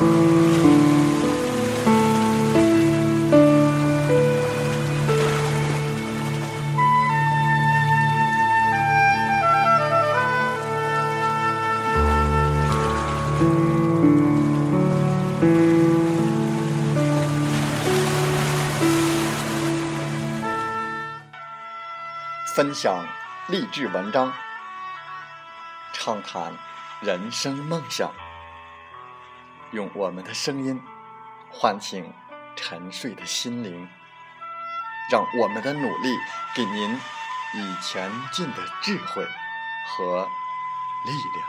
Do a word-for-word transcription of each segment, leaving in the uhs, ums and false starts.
分享励志文章，畅谈人生梦想，用我们的声音唤醒沉睡的心灵，让我们的努力给您以前进的智慧和力量。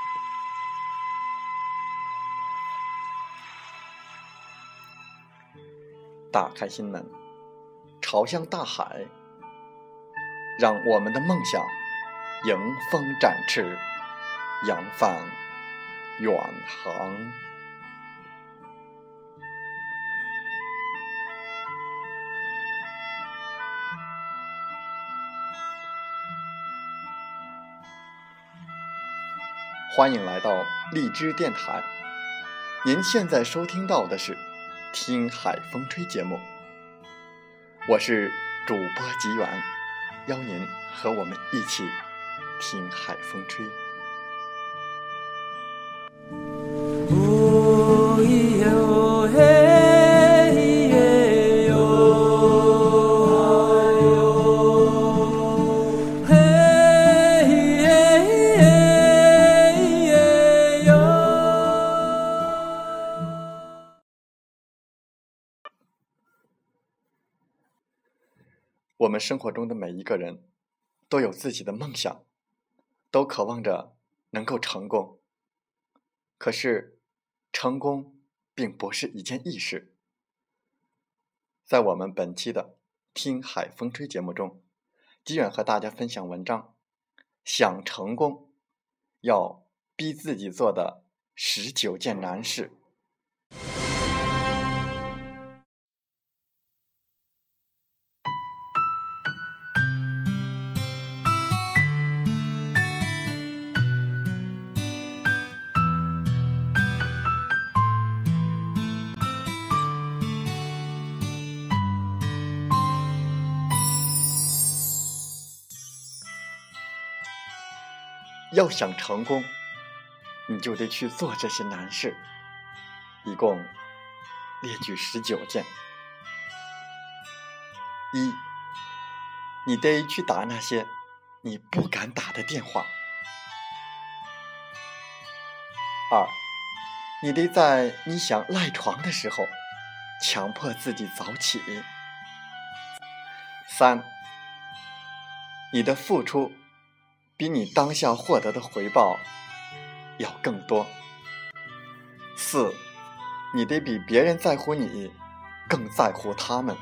打开心门，朝向大海，让我们的梦想迎风展翅，扬帆远航。欢迎来到荔枝电台，您现在收听到的是听海风吹节目，我是主播吉远，邀您和我们一起听海风吹。哦咿哟嘿耶哟，嘿耶耶哟。我们生活中的每一个人都有自己的梦想，都渴望着能够成功。可是成功并不是一件易事。在我们本期的听海风吹节目中，吉远和大家分享文章，想成功要逼自己做的十九件难事。要想成功，你就得去做这些难事，一共列举十九件。一，你得去打那些你不敢打的电话。二，你得在你想赖床的时候，强迫自己早起。三，你的付出比你当下获得的回报要更多。四，你得比别人在乎你更在乎他们。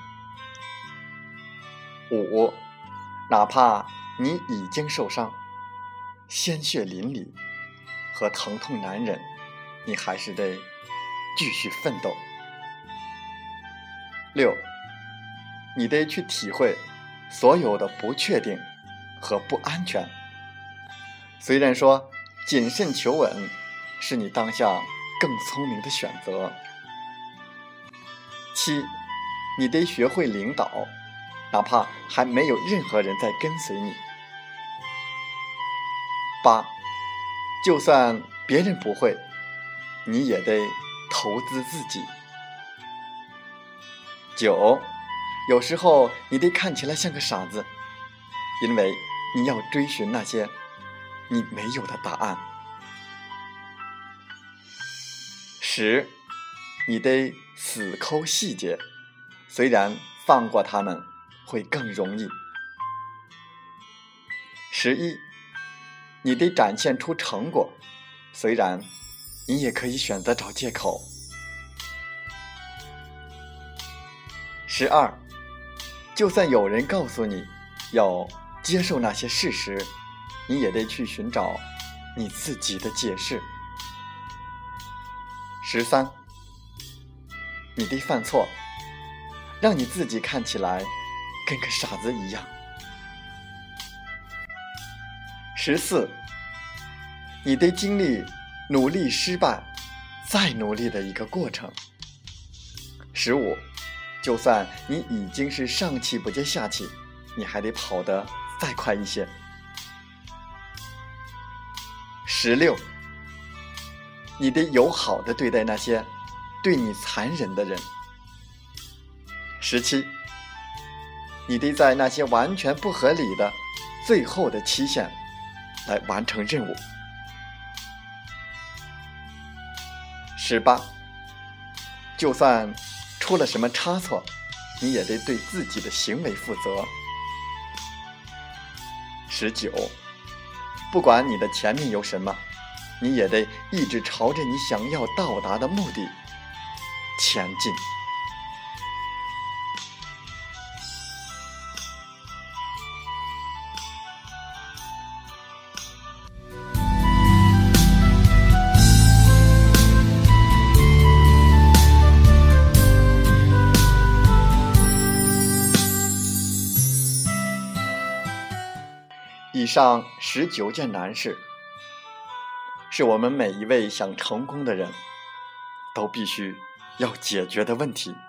五，哪怕你已经受伤，鲜血淋漓和疼痛难忍，你还是得继续奋斗。六，你得去体会所有的不确定和不安全，虽然说谨慎求稳是你当下更聪明的选择。七，你得学会领导，哪怕还没有任何人在跟随你。八，就算别人不会，你也得投资自己。九，有时候你得看起来像个傻子，因为你要追寻那些你没有的答案。十，你得死抠细节，虽然放过他们会更容易。十一，你得展现出成果，虽然你也可以选择找借口。十二，就算有人告诉你要接受那些事实，你也得去寻找你自己的解释。十三，你得犯错，让你自己看起来跟个傻子一样。十四，你得经历努力失败， 再努力的一个过程。十五，就算你已经是上气不接下气，你还得跑得再快一些。十六，你得友好的对待那些对你残忍的人。十七，你得在那些完全不合理的最后的期限来完成任务。十八，就算出了什么差错，你也得对自己的行为负责。十九，不管你的前面有什么，你也得一直朝着你想要到达的目的前进。以上十九件难事，是我们每一位想成功的人都必须要解决的问题。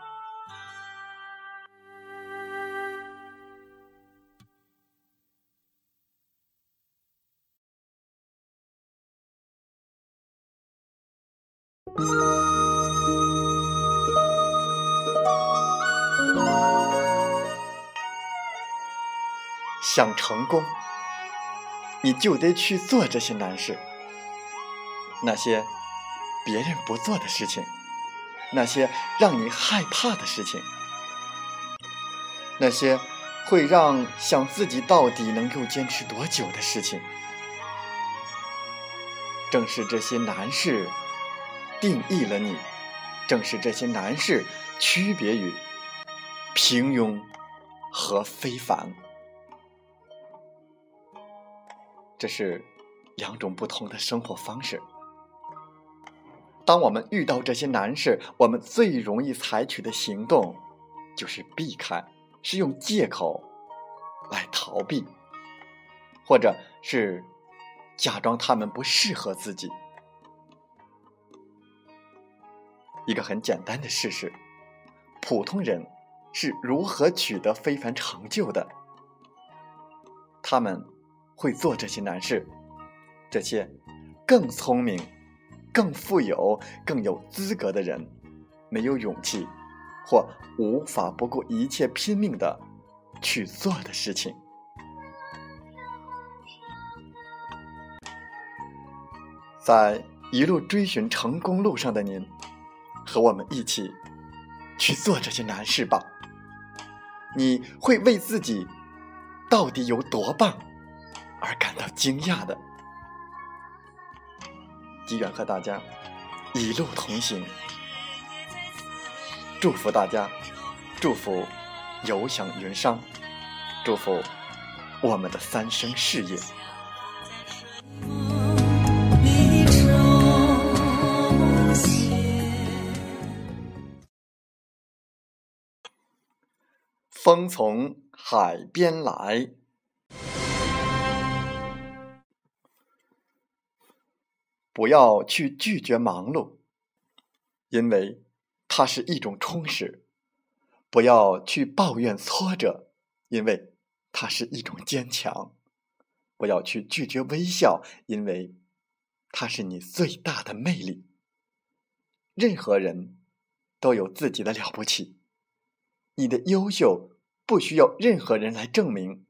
想成功，你就得去做这些难事，那些别人不做的事情，那些让你害怕的事情，那些会让想自己到底能够坚持多久的事情。正是这些难事定义了你，正是这些难事区别于平庸和非凡。这是两种不同的生活方式。当我们遇到这些难事，我们最容易采取的行动就是避开，是用借口来逃避，或者是假装他们不适合自己。一个很简单的事实，普通人是如何取得非凡成就的？他们会做这些难事，这些更聪明、更富有、更有资格的人，没有勇气或无法不顾一切拼命的去做的事情。在一路追寻成功路上的您，和我们一起去做这些难事吧。你会为自己到底有多棒而感到惊讶的。机缘和大家一路同行，祝福大家，祝福有享云商，祝福我们的三生事业。风从海边来，不要去拒绝忙碌，因为它是一种充实；不要去抱怨挫折，因为它是一种坚强；不要去拒绝微笑，因为它是你最大的魅力。任何人都有自己的了不起，你的优秀不需要任何人来证明。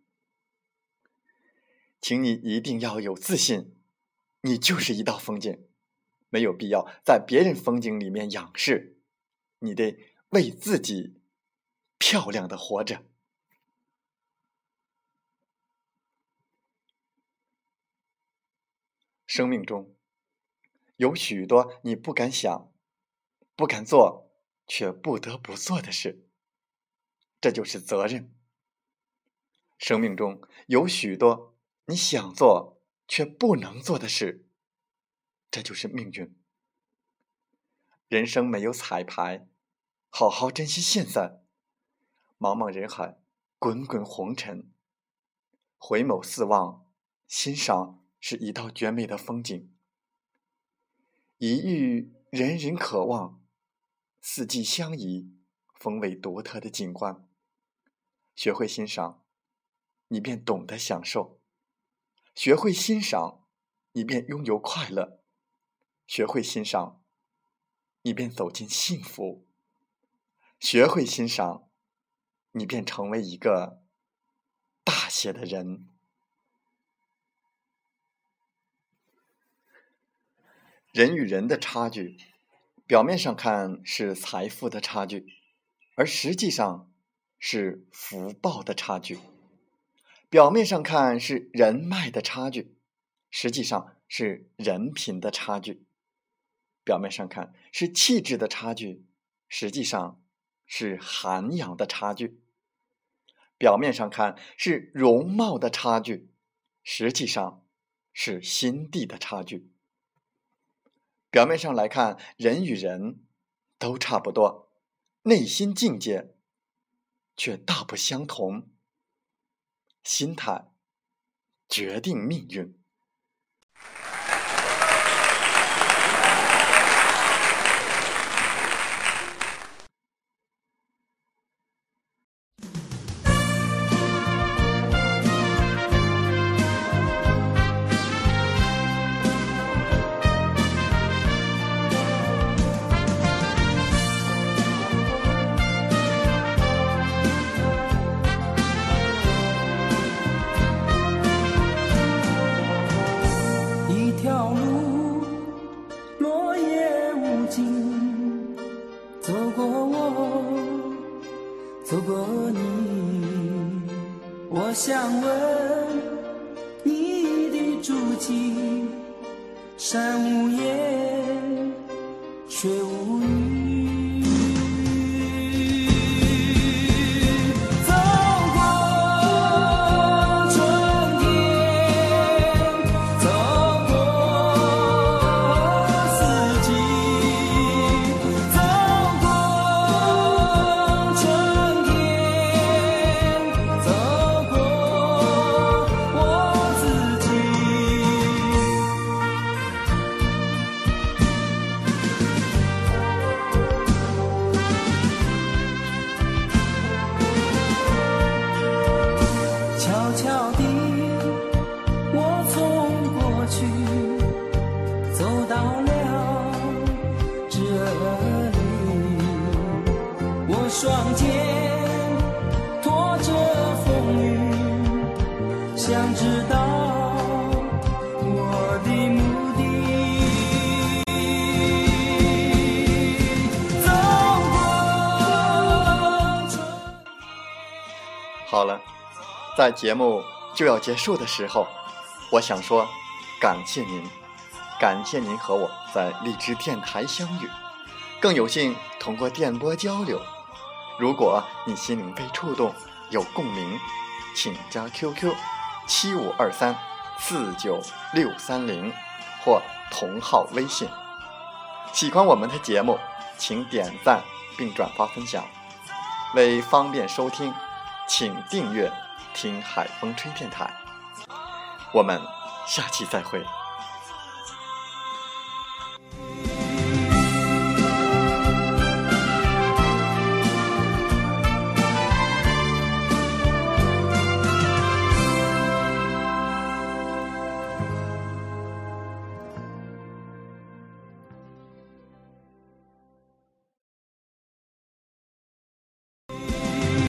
请你一定要有自信，你就是一道风景，没有必要在别人风景里面仰视，你得为自己漂亮的活着。生命中有许多你不敢想、不敢做，却不得不做的事，这就是责任。生命中有许多你想做却不能做的事，这就是命运。人生没有彩排，好好珍惜现在。茫茫人海，滚滚红尘，回眸四望，欣赏是一道绝美的风景。一遇人人渴望四季相宜、风味独特的景观。学会欣赏，你便懂得享受；学会欣赏，你便拥有快乐；学会欣赏，你便走进幸福；学会欣赏，你便成为一个大写的人。人与人的差距，表面上看是财富的差距，而实际上是福报的差距；表面上看是人脉的差距，实际上是人品的差距；表面上看是气质的差距，实际上是涵养的差距；表面上看是容貌的差距，实际上是心地的差距。表面上来看，人与人都差不多，内心境界却大不相同。心态决定命运。 走过我，走过你，我想问你的足迹，山无言，水无语。双肩拖着风雨，想知道我的目的。走过春好了，在节目就要结束的时候，我想说感谢您，感谢您和我在荔枝电台相遇，更有幸通过电波交流。如果你心灵被触动，有共鸣，请加 Q Q 七五二三四九六三零或同号微信。喜欢我们的节目，请点赞并转发分享。为方便收听，请订阅听海风吹电台。我们下期再会。